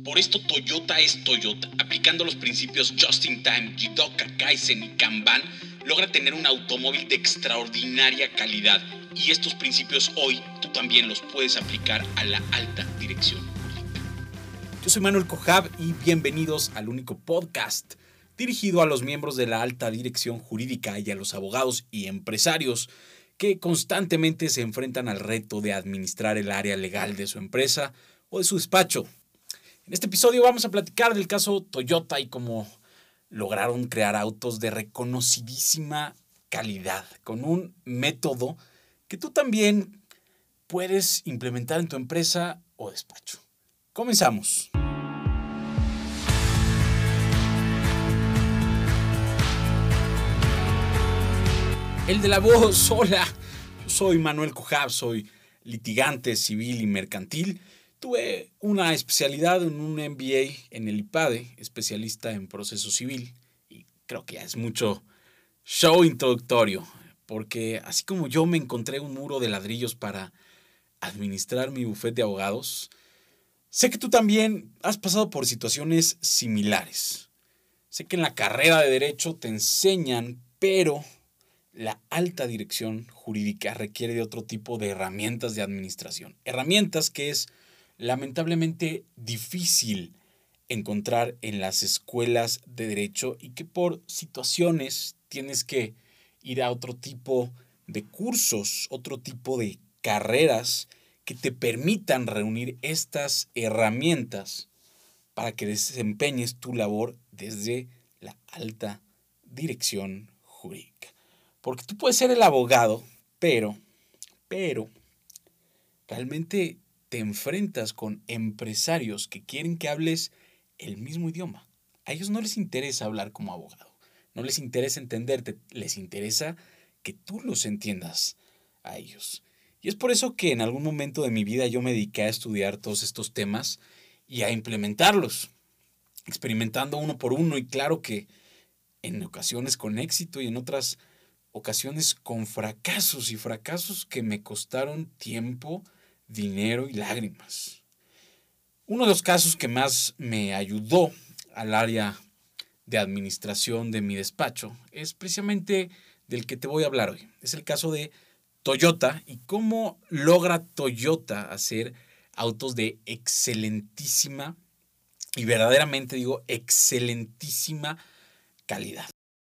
Por esto Toyota es Toyota. Aplicando los principios Just in Time, Jidoka, Kaizen y Kanban, logra tener un automóvil de extraordinaria calidad. Y estos principios hoy tú también los puedes aplicar a la alta dirección. Yo soy Manuel Cojab y bienvenidos al único podcast dirigido a los miembros de la alta dirección jurídica y a los abogados y empresarios que constantemente se enfrentan al reto de administrar el área legal de su empresa o de su despacho. En este episodio vamos a platicar del caso Toyota y cómo lograron crear autos de reconocidísima calidad con un método que tú también puedes implementar en tu empresa o despacho. Comenzamos. El de la voz, hola. Yo soy Manuel Cojab, soy litigante civil y mercantil. Tuve una especialidad en un MBA en el IPADE, especialista en proceso civil. Y creo que ya es mucho show introductorio, porque así como yo me encontré un muro de ladrillos para administrar mi bufete de abogados, sé que tú también has pasado por situaciones similares. Sé que en la carrera de Derecho te enseñan, pero la alta dirección jurídica requiere de otro tipo de herramientas de administración. Herramientas que es lamentablemente difícil encontrar en las escuelas de Derecho y que por situaciones tienes que ir a otro tipo de cursos, otro tipo de carreras que te permitan reunir estas herramientas para que desempeñes tu labor desde la alta dirección jurídica. Porque tú puedes ser el abogado, pero realmente te enfrentas con empresarios que quieren que hables el mismo idioma. A ellos no les interesa hablar como abogado, no les interesa entenderte, les interesa que tú los entiendas a ellos. Y es por eso que en algún momento de mi vida yo me dediqué a estudiar todos estos temas y a implementarlos, experimentando uno por uno, y claro que en ocasiones con éxito y en otras ocasiones con fracasos que me costaron tiempo, dinero y lágrimas. Uno de los casos que más me ayudó al área de administración de mi despacho es precisamente del que te voy a hablar hoy. Es el caso de Toyota y cómo logra Toyota hacer autos de excelentísima, y verdaderamente digo excelentísima calidad.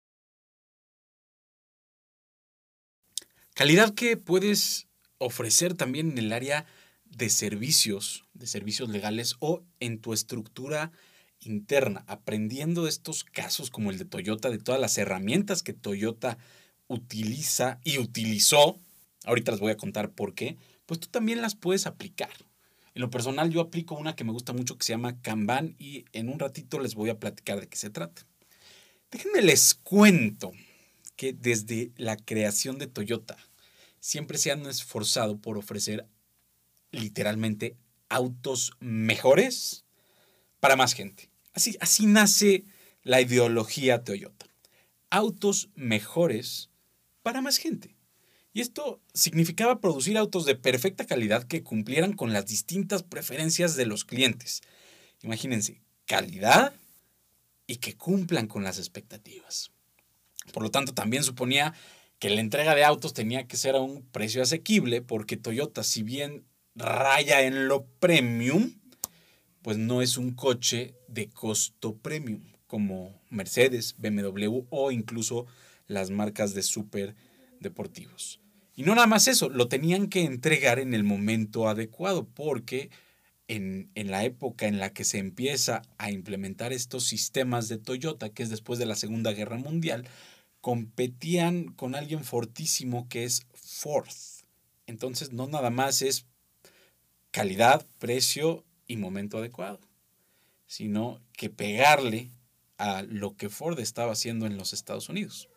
Calidad que puedes ofrecer también en el área de servicios legales o en tu estructura interna, aprendiendo de estos casos como el de Toyota, de todas las herramientas que Toyota utiliza y utilizó. Ahorita les voy a contar por qué. Pues tú también las puedes aplicar. En lo personal yo aplico una que me gusta mucho que se llama Kanban y en un ratito les voy a platicar de qué se trata. Déjenme les cuento que desde la creación de Toyota siempre se han esforzado por ofrecer literalmente autos mejores para más gente. Así nace la ideología Toyota. Autos mejores para más gente. Y esto significaba producir autos de perfecta calidad que cumplieran con las distintas preferencias de los clientes. Imagínense, calidad y que cumplan con las expectativas. Por lo tanto, también suponía que la entrega de autos tenía que ser a un precio asequible, porque Toyota, si bien raya en lo premium, pues no es un coche de costo premium, como Mercedes, BMW o incluso las marcas de súper deportivos. Y no nada más eso, lo tenían que entregar en el momento adecuado, porque en la época en la que se empieza a implementar estos sistemas de Toyota, que es después de la Segunda Guerra Mundial, competían con alguien fortísimo que es Ford. Entonces no nada más es calidad, precio y momento adecuado, sino que pegarle a lo que Ford estaba haciendo en los Estados Unidos.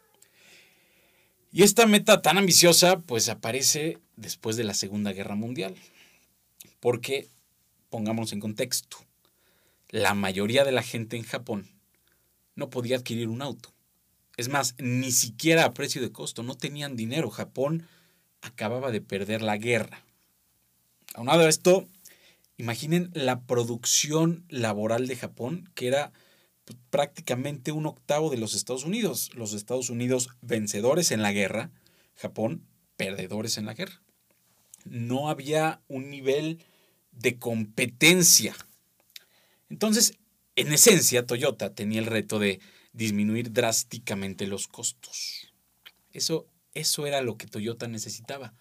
Y esta meta tan ambiciosa pues aparece después de la Segunda Guerra Mundial, porque pongámonos en contexto, la mayoría de la gente en Japón no podía adquirir un auto. Es más, ni siquiera a precio de costo, no tenían dinero. Japón acababa de perder la guerra. Aunado a esto, Imaginen la producción laboral de Japón, que era prácticamente un octavo de los Estados Unidos. Los Estados Unidos vencedores en la guerra, Japón perdedores en la guerra. No había un nivel de competencia. Entonces, en esencia, Toyota tenía el reto de disminuir drásticamente los costos. Eso era lo que Toyota necesitaba.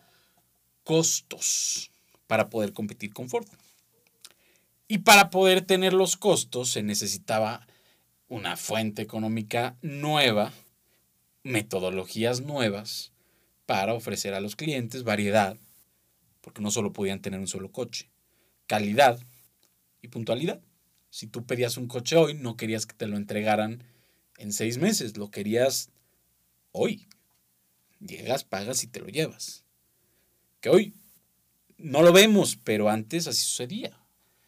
Costos para poder competir con Ford. Y para poder tener los costos se necesitaba una fuente económica nueva, metodologías nuevas para ofrecer a los clientes variedad, porque no solo podían tener un solo coche, calidad y puntualidad. Si tú pedías un coche hoy, no querías que te lo entregaran en 6 meses, lo querías hoy. Llegas, pagas y te lo llevas. Que hoy no lo vemos, pero antes así sucedía.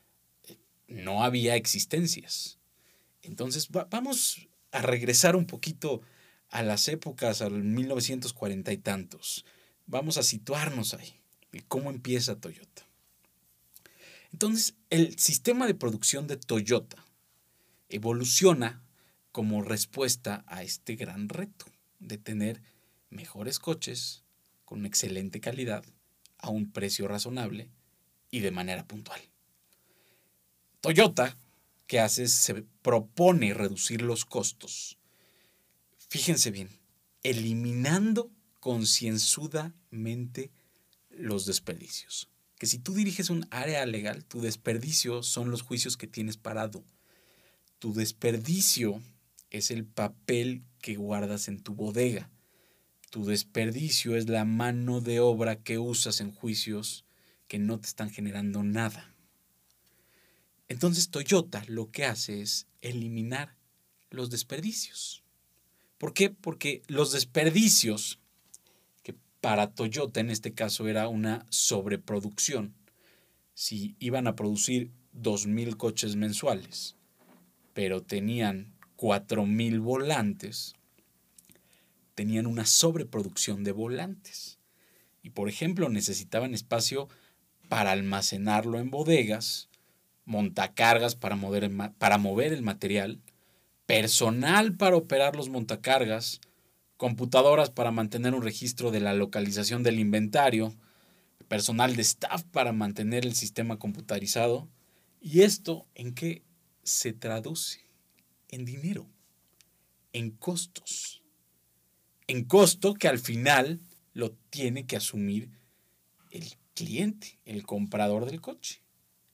No había existencias. Entonces vamos a regresar un poquito a las épocas, al 1940 y tantos. Vamos a situarnos ahí. ¿Y cómo empieza Toyota? Entonces, el sistema de producción de Toyota evoluciona como respuesta a este gran reto de tener mejores coches con excelente calidad a un precio razonable y de manera puntual. Toyota, ¿qué hace? Se propone reducir los costos. Fíjense bien, eliminando concienzudamente los desperdicios. Que si tú diriges un área legal, tu desperdicio son los juicios que tienes parado. Tu desperdicio es el papel que guardas en tu bodega. Tu desperdicio es la mano de obra que usas en juicios que no te están generando nada. Entonces Toyota lo que hace es eliminar los desperdicios. ¿Por qué? Porque los desperdicios, que para Toyota en este caso era una sobreproducción, si iban a producir 2,000 coches mensuales, pero tenían 4,000 volantes, tenían una sobreproducción de volantes. Y por ejemplo necesitaban espacio para almacenarlo en bodegas, montacargas para mover el material, personal para operar los montacargas, computadoras para mantener un registro de la localización del inventario, personal de staff para mantener el sistema computarizado. ¿Y esto en qué se traduce? En dinero, en costos. En costo que al final lo tiene que asumir el cliente, el comprador del coche.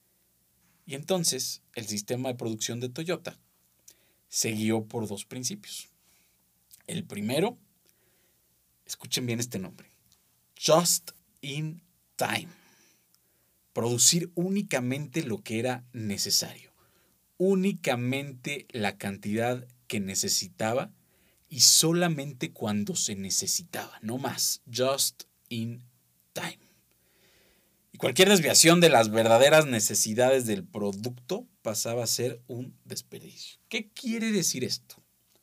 Y entonces el sistema de producción de Toyota se guió por 2 principios. El primero, escuchen bien este nombre, Just in Time. Producir únicamente lo que era necesario, únicamente la cantidad que necesitaba y solamente cuando se necesitaba, no más, just in time. Y cualquier desviación de las verdaderas necesidades del producto pasaba a ser un desperdicio. ¿Qué quiere decir esto?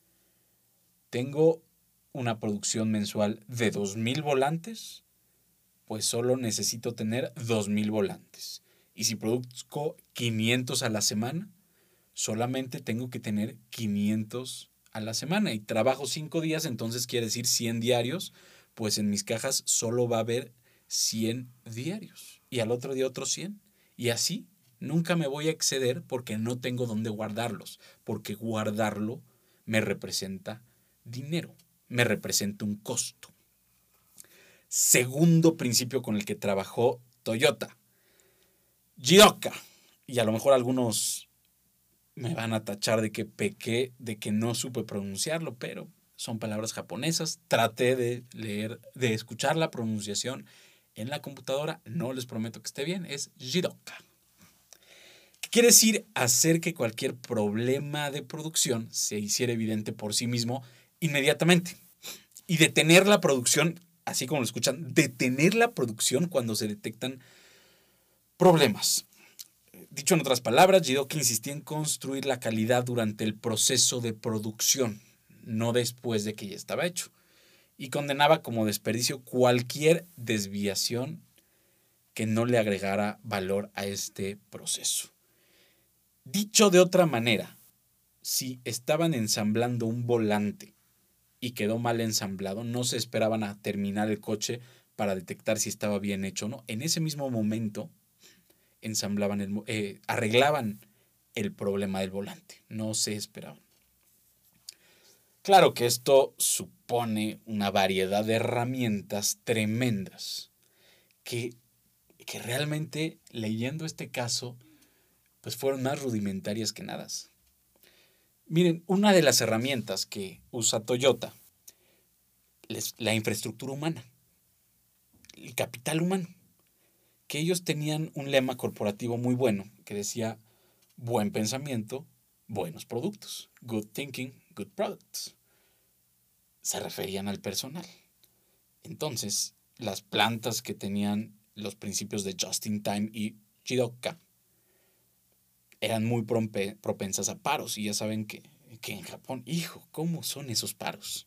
Tengo una producción mensual de 2,000 volantes, pues solo necesito tener 2,000 volantes. Y si produzco 500 a la semana, solamente tengo que tener 500 a la semana. Y trabajo 5 días, entonces quiere decir 100 diarios, pues en mis cajas solo va a haber 100 diarios. Y al otro día otros 100. Y así nunca me voy a exceder porque no tengo dónde guardarlos. Porque guardarlo me representa dinero, me representa un costo. Segundo principio con el que trabajó Toyota, Jidoka. Y a lo mejor algunos me van a tachar de que pequé, de que no supe pronunciarlo, pero son palabras japonesas. Traté de leer, de escuchar la pronunciación en la computadora. No les prometo que esté bien, es Jidoka. ¿Qué quiere decir? Hacer que cualquier problema de producción se hiciera evidente por sí mismo inmediatamente. Y detener la producción, así como lo escuchan, detener la producción cuando se detectan problemas. Dicho en otras palabras, Jidoka insistía en construir la calidad durante el proceso de producción, no después de que ya estaba hecho. Y condenaba como desperdicio cualquier desviación que no le agregara valor a este proceso. Dicho de otra manera, si estaban ensamblando un volante y quedó mal ensamblado, no se esperaban a terminar el coche para detectar si estaba bien hecho o no. En ese mismo momento arreglaban el problema del volante, no se esperaban. Claro que esto supone una variedad de herramientas tremendas que realmente, leyendo este caso, pues fueron más rudimentarias que nada. Miren, una de las herramientas que usa Toyota es la infraestructura humana, el capital humano, que ellos tenían un lema corporativo muy bueno que decía: buen pensamiento, buenos productos. Good thinking, good products. Se referían al personal. Entonces, las plantas que tenían los principios de Just in Time y Jidoka eran muy propensas a paros. Y ya saben que en Japón, hijo, ¿cómo son esos paros?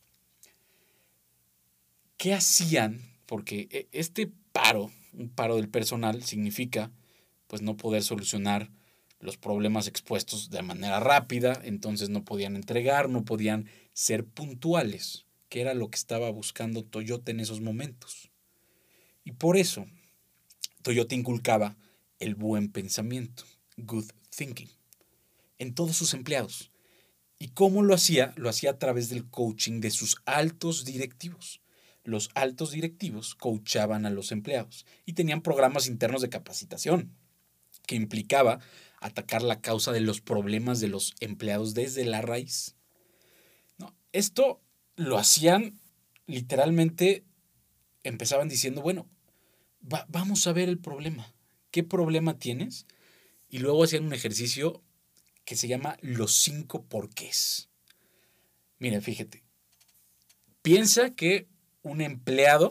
¿Qué hacían? Porque este paro, un paro del personal, significa pues no poder solucionar los problemas expuestos de manera rápida. Entonces no podían entregar, no podían ser puntuales, que era lo que estaba buscando Toyota en esos momentos. Y por eso Toyota inculcaba el buen pensamiento, good thinking, en todos sus empleados. ¿Y cómo lo hacía? Lo hacía a través del coaching de sus altos directivos. Los altos directivos coachaban a los empleados y tenían programas internos de capacitación que implicaba atacar la causa de los problemas de los empleados desde la raíz. No, esto lo hacían literalmente, empezaban diciendo, bueno, vamos a ver el problema. ¿Qué problema tienes? Y luego hacían un ejercicio que se llama los 5 porqués. Miren, fíjate. Piensa que un empleado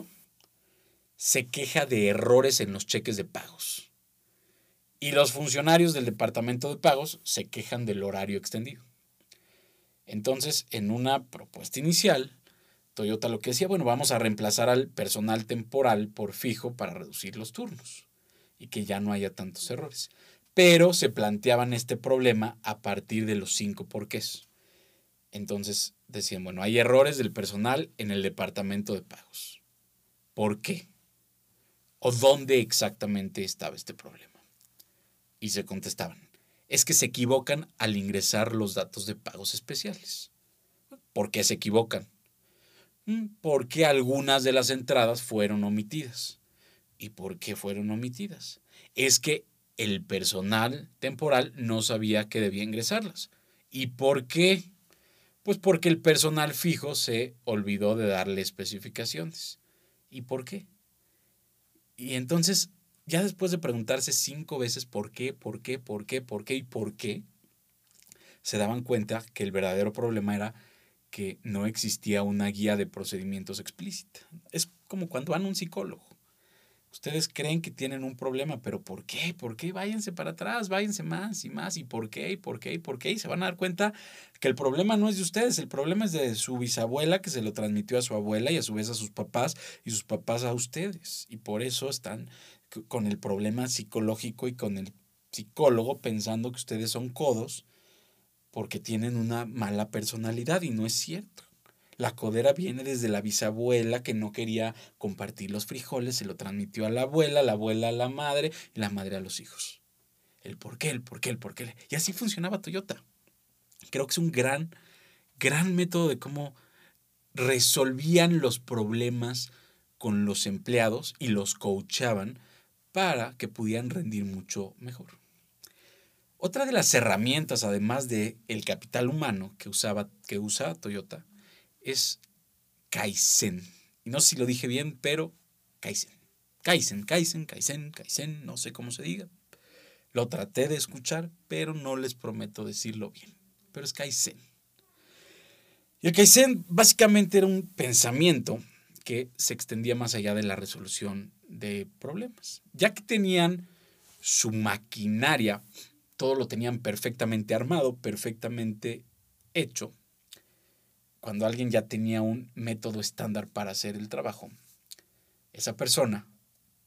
se queja de errores en los cheques de pagos y los funcionarios del departamento de pagos se quejan del horario extendido. Entonces, en una propuesta inicial, Toyota lo que decía, bueno, vamos a reemplazar al personal temporal por fijo para reducir los turnos y que ya no haya tantos errores. Pero se planteaban este problema a partir de los 5 porqués. Entonces decían, bueno, hay errores del personal en el departamento de pagos. ¿Por qué? ¿O dónde exactamente estaba este problema? Y se contestaban, es que se equivocan al ingresar los datos de pagos especiales. ¿Por qué se equivocan? Porque algunas de las entradas fueron omitidas. ¿Y por qué fueron omitidas? Es que el personal temporal no sabía que debía ingresarlas. ¿Y por qué? Pues porque el personal fijo se olvidó de darle especificaciones. ¿Y por qué? Y entonces, ya después de preguntarse 5 veces por qué, se daban cuenta que el verdadero problema era que no existía una guía de procedimientos explícita. Es como cuando van a un psicólogo. Ustedes creen que tienen un problema, pero ¿por qué? ¿Por qué? Váyanse para atrás, váyanse más y más. ¿Y por qué? ¿Y por qué? ¿Y por qué? Y se van a dar cuenta que el problema no es de ustedes, el problema es de su bisabuela que se lo transmitió a su abuela y a su vez a sus papás y sus papás a ustedes. Y por eso están con el problema psicológico y con el psicólogo pensando que ustedes son codos porque tienen una mala personalidad y no es cierto. La codera viene desde la bisabuela que no quería compartir los frijoles, se lo transmitió a la abuela a la madre y la madre a los hijos. El por qué. Y así funcionaba Toyota. Creo que es un gran método de cómo resolvían los problemas con los empleados y los coachaban para que pudieran rendir mucho mejor. Otra de las herramientas, además del capital humano que usa Toyota, es Kaizen. Y no sé si lo dije bien, pero Kaizen. Kaizen, no sé cómo se diga. Lo traté de escuchar, pero no les prometo decirlo bien. Pero es Kaizen. Y el Kaizen básicamente era un pensamiento que se extendía más allá de la resolución de problemas. Ya que tenían su maquinaria, todo lo tenían perfectamente armado, perfectamente hecho. Cuando alguien ya tenía un método estándar para hacer el trabajo, esa persona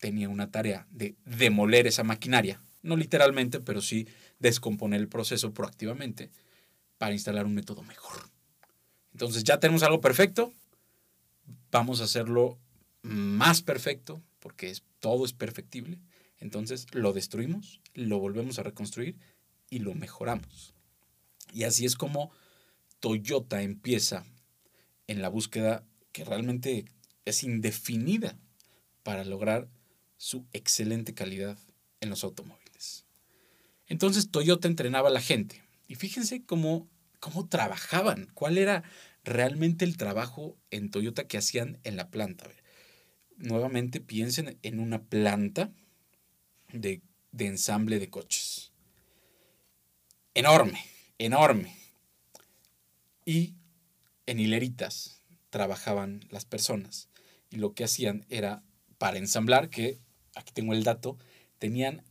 tenía una tarea de demoler esa maquinaria, no literalmente, pero sí descomponer el proceso proactivamente para instalar un método mejor. Entonces ya tenemos algo perfecto, vamos a hacerlo más perfecto, porque todo es perfectible. Entonces lo destruimos, lo volvemos a reconstruir y lo mejoramos. Y así es como Toyota empieza en la búsqueda que realmente es indefinida para lograr su excelente calidad en los automóviles. Entonces Toyota entrenaba a la gente. Y fíjense cómo trabajaban, cuál era realmente el trabajo en Toyota que hacían en la planta. A ver, nuevamente piensen en una planta de ensamble de coches. Enorme, enorme. Y en hileritas trabajaban las personas. Y lo que hacían era, para ensamblar, que aquí tengo el dato, tenían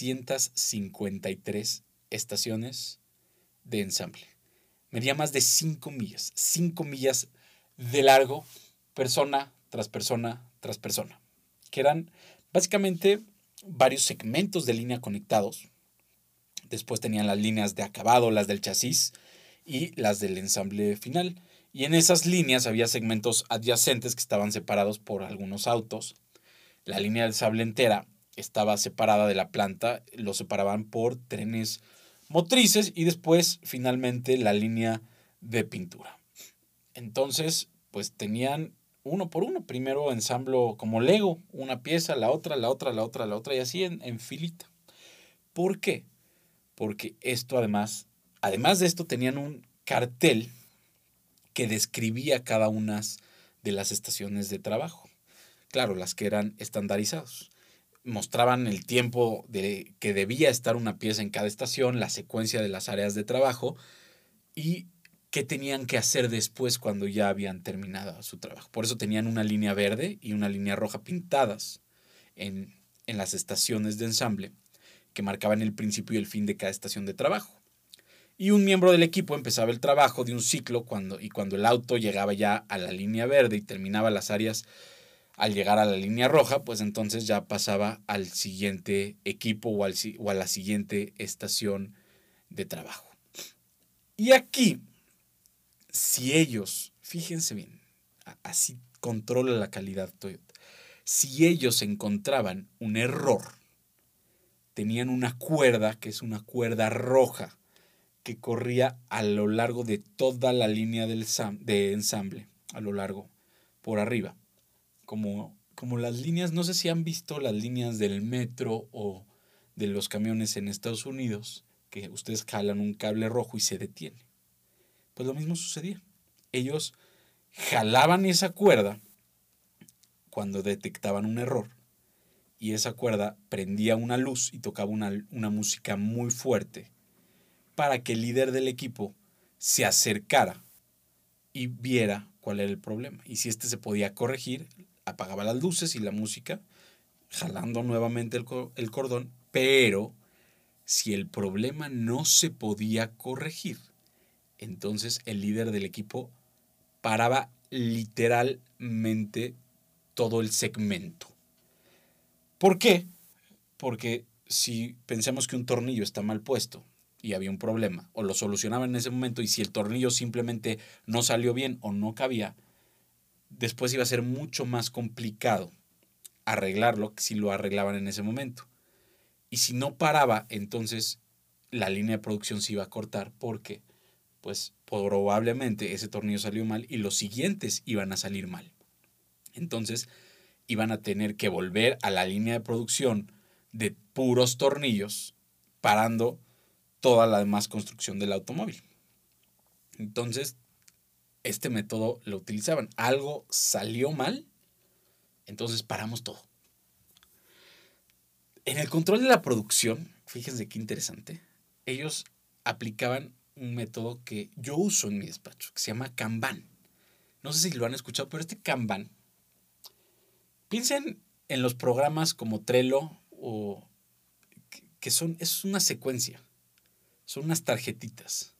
353 estaciones de ensamble. Medía más de 5 millas. 5 millas de largo, persona tras persona tras persona. Que eran básicamente varios segmentos de línea conectados. Después tenían las líneas de acabado, las del chasis y las del ensamble final. Y en esas líneas había segmentos adyacentes que estaban separados por algunos autos. La línea del sable entera estaba separada de la planta, lo separaban por trenes motrices y después finalmente la línea de pintura. Entonces, pues tenían uno por uno, primero ensamblo como Lego, una pieza, la otra, la otra, la otra, la otra y así en filita. ¿Por qué? Porque esto además de esto tenían un cartel que describía cada una de las estaciones de trabajo. Claro, las que eran estandarizados. Mostraban el tiempo que debía estar una pieza en cada estación, la secuencia de las áreas de trabajo y qué tenían que hacer después cuando ya habían terminado su trabajo. Por eso tenían una línea verde y una línea roja pintadas en las estaciones de ensamble que marcaban el principio y el fin de cada estación de trabajo. Y un miembro del equipo empezaba el trabajo de un ciclo cuando el auto llegaba ya a la línea verde y terminaba las áreas al llegar a la línea roja, pues entonces ya pasaba al siguiente equipo o a la siguiente estación de trabajo. Y aquí, si ellos, fíjense bien, así controla la calidad Toyota, si ellos encontraban un error, tenían una cuerda, que es una cuerda roja, que corría a lo largo de toda la línea de ensamble, a lo largo, por arriba. Como las líneas, no sé si han visto las líneas del metro o de los camiones en Estados Unidos, que ustedes jalan un cable rojo y se detiene. Pues lo mismo sucedía. Ellos jalaban esa cuerda cuando detectaban un error y esa cuerda prendía una luz y tocaba una música muy fuerte para que el líder del equipo se acercara y viera cuál era el problema. Y si se podía corregir, apagaba las luces y la música, jalando nuevamente el cordón, pero si el problema no se podía corregir, entonces el líder del equipo paraba literalmente todo el segmento. ¿Por qué? Porque si pensamos que un tornillo está mal puesto y había un problema, o lo solucionaban en ese momento, y si el tornillo simplemente no salió bien o no cabía, después iba a ser mucho más complicado arreglarlo que si lo arreglaban en ese momento. Y si no paraba, entonces la línea de producción se iba a cortar porque pues probablemente ese tornillo salió mal y los siguientes iban a salir mal. Entonces iban a tener que volver a la línea de producción de puros tornillos, parando toda la demás construcción del automóvil. Entonces, este método lo utilizaban. Algo salió mal, entonces paramos todo. En el control de la producción, fíjense qué interesante, ellos aplicaban un método que yo uso en mi despacho, que se llama Kanban. No sé si lo han escuchado, pero este Kanban, piensen en los programas como Trello o que es una secuencia, son unas tarjetitas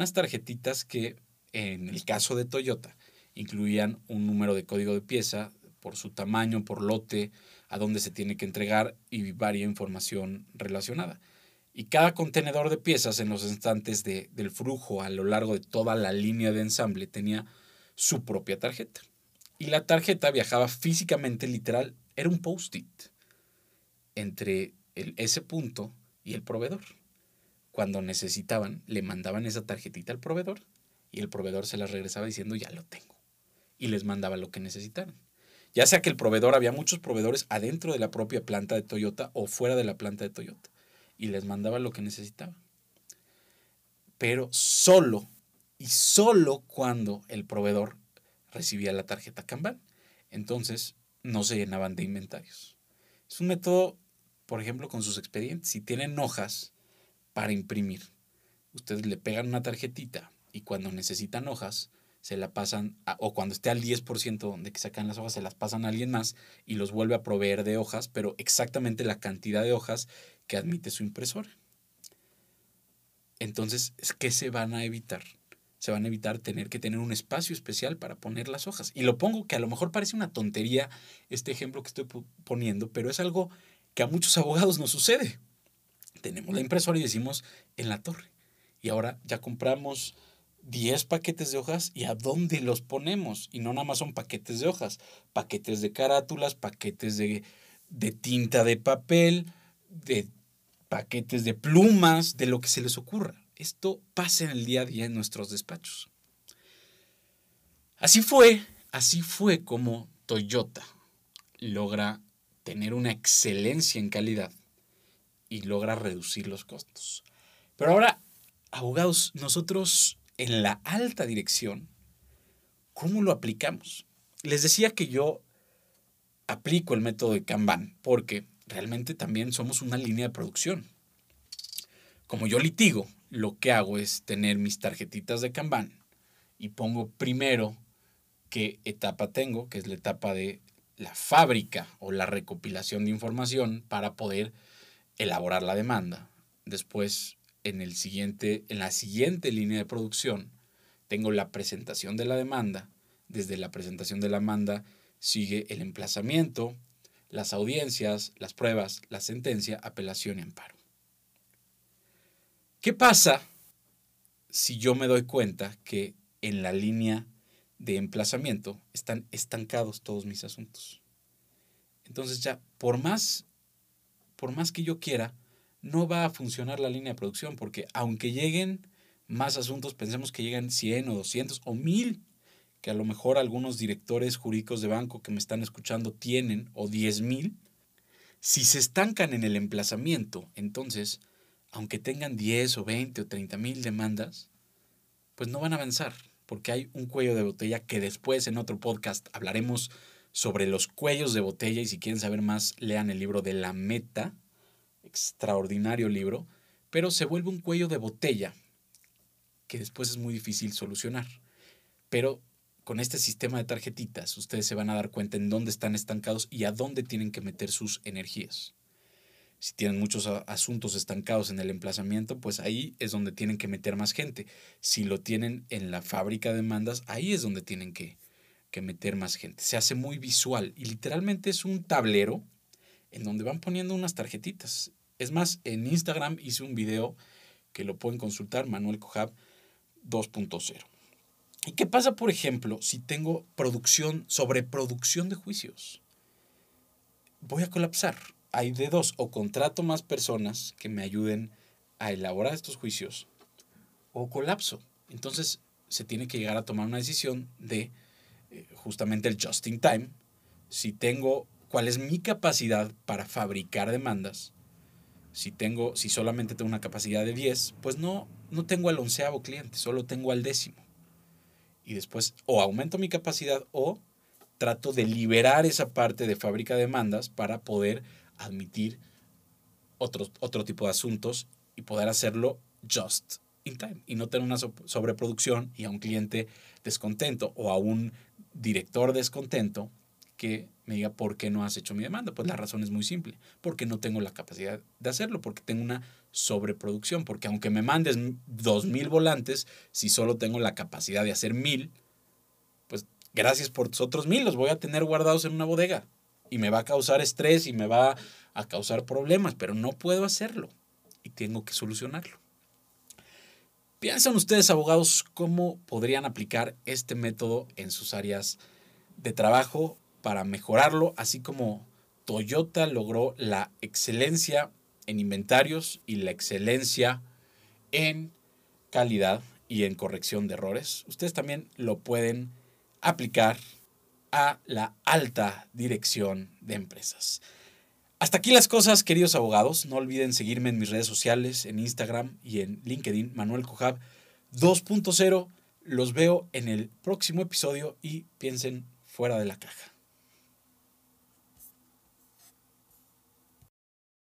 que en el caso de Toyota incluían un número de código de pieza por su tamaño, por lote, a dónde se tiene que entregar y varia información relacionada. Y cada contenedor de piezas en los estantes del flujo a lo largo de toda la línea de ensamble tenía su propia tarjeta. Y la tarjeta viajaba físicamente, literal, era un post-it entre ese punto y el proveedor. Cuando necesitaban, le mandaban esa tarjetita al proveedor y el proveedor se las regresaba diciendo ya lo tengo. Y les mandaba lo que necesitaran. Ya sea que el proveedor, había muchos proveedores adentro de la propia planta de Toyota o fuera de la planta de Toyota. Y les mandaba lo que necesitaban. Pero solo cuando el proveedor recibía la tarjeta Kanban. Entonces no se llenaban de inventarios. Es un método, por ejemplo, con sus expedientes. Si tienen hojas para imprimir, ustedes le pegan una tarjetita y cuando necesitan hojas, se la pasan, o cuando esté al 10% de que sacan las hojas, se las pasan a alguien más y los vuelve a proveer de hojas, pero exactamente la cantidad de hojas que admite su impresora. Entonces, ¿qué se van a evitar? Se van a evitar tener que tener un espacio especial para poner las hojas. Y lo pongo que a lo mejor parece una tontería este ejemplo que estoy poniendo, pero es algo que a muchos abogados nos sucede. Tenemos la impresora y decimos en la torre. Y ahora ya compramos 10 paquetes de hojas y ¿a dónde los ponemos? Y no nada más son paquetes de hojas, paquetes de carátulas, paquetes de tinta de papel, de paquetes de plumas, de lo que se les ocurra. Esto pasa en el día a día en nuestros despachos. Así fue como Toyota logra tener una excelencia en calidad y logra reducir los costos. Pero ahora, abogados, nosotros en la alta dirección, ¿cómo lo aplicamos? Les decía que yo aplico el método de Kanban porque realmente también somos una línea de producción. Como yo litigo, lo que hago es tener mis tarjetitas de Kanban y pongo primero qué etapa tengo, que es la etapa de la fábrica o la recopilación de información para poder elaborar la demanda. Después, en la siguiente línea de producción, tengo la presentación de la demanda. Desde la presentación de la demanda sigue el emplazamiento, las audiencias, las pruebas, la sentencia, apelación y amparo. ¿Qué pasa si yo me doy cuenta que en la línea de emplazamiento están estancados todos mis asuntos? Entonces ya, por más que yo quiera, no va a funcionar la línea de producción, porque aunque lleguen más asuntos, pensemos que llegan 100 o 200 o 1000, que a lo mejor algunos directores jurídicos de banco que me están escuchando tienen, o 10,000, si se estancan en el emplazamiento, entonces, aunque tengan 10 o 20 o 30,000 demandas, pues no van a avanzar, porque hay un cuello de botella que después en otro podcast hablaremos sobre los cuellos de botella, y si quieren saber más, lean el libro de La Meta, extraordinario libro, pero se vuelve un cuello de botella que después es muy difícil solucionar. Pero con este sistema de tarjetitas, ustedes se van a dar cuenta en dónde están estancados y a dónde tienen que meter sus energías. Si tienen muchos asuntos estancados en el emplazamiento, pues ahí es donde tienen que meter más gente. Si lo tienen en la fábrica de demandas, ahí es donde tienen que meter más gente. Se hace muy visual y literalmente es un tablero en donde van poniendo unas tarjetitas. Es más, en Instagram hice un video que lo pueden consultar, Manuel Cojab 2.0. ¿Y qué pasa, por ejemplo, si tengo sobreproducción de juicios? Voy a colapsar. Hay de dos: o contrato más personas que me ayuden a elaborar estos juicios, o colapso. Entonces se tiene que llegar a tomar una decisión de justamente el just in time. ¿Cuál es mi capacidad para fabricar demandas? Si solamente tengo una capacidad de 10, pues no tengo al 11º cliente, solo tengo al 10º. Y después o aumento mi capacidad o trato de liberar esa parte de fábrica de demandas para poder admitir otro tipo de asuntos y poder hacerlo just in time y no tener una sobreproducción y a un cliente descontento o a un director descontento que me diga: ¿por qué no has hecho mi demanda? Pues la razón es muy simple: porque no tengo la capacidad de hacerlo, porque tengo una sobreproducción, porque aunque me mandes 2,000 volantes, si solo tengo la capacidad de hacer 1,000, pues gracias por tus otros 1,000, los voy a tener guardados en una bodega y me va a causar estrés y me va a causar problemas, pero no puedo hacerlo y tengo que solucionarlo. ¿Piensan ustedes, abogados, cómo podrían aplicar este método en sus áreas de trabajo para mejorarlo, así como Toyota logró la excelencia en inventarios y la excelencia en calidad y en corrección de errores? Ustedes también lo pueden aplicar a la alta dirección de empresas. Hasta aquí las cosas, queridos abogados. No olviden seguirme en mis redes sociales, en Instagram y en LinkedIn, Manuel Cojab 2.0. Los veo en el próximo episodio y piensen fuera de la caja.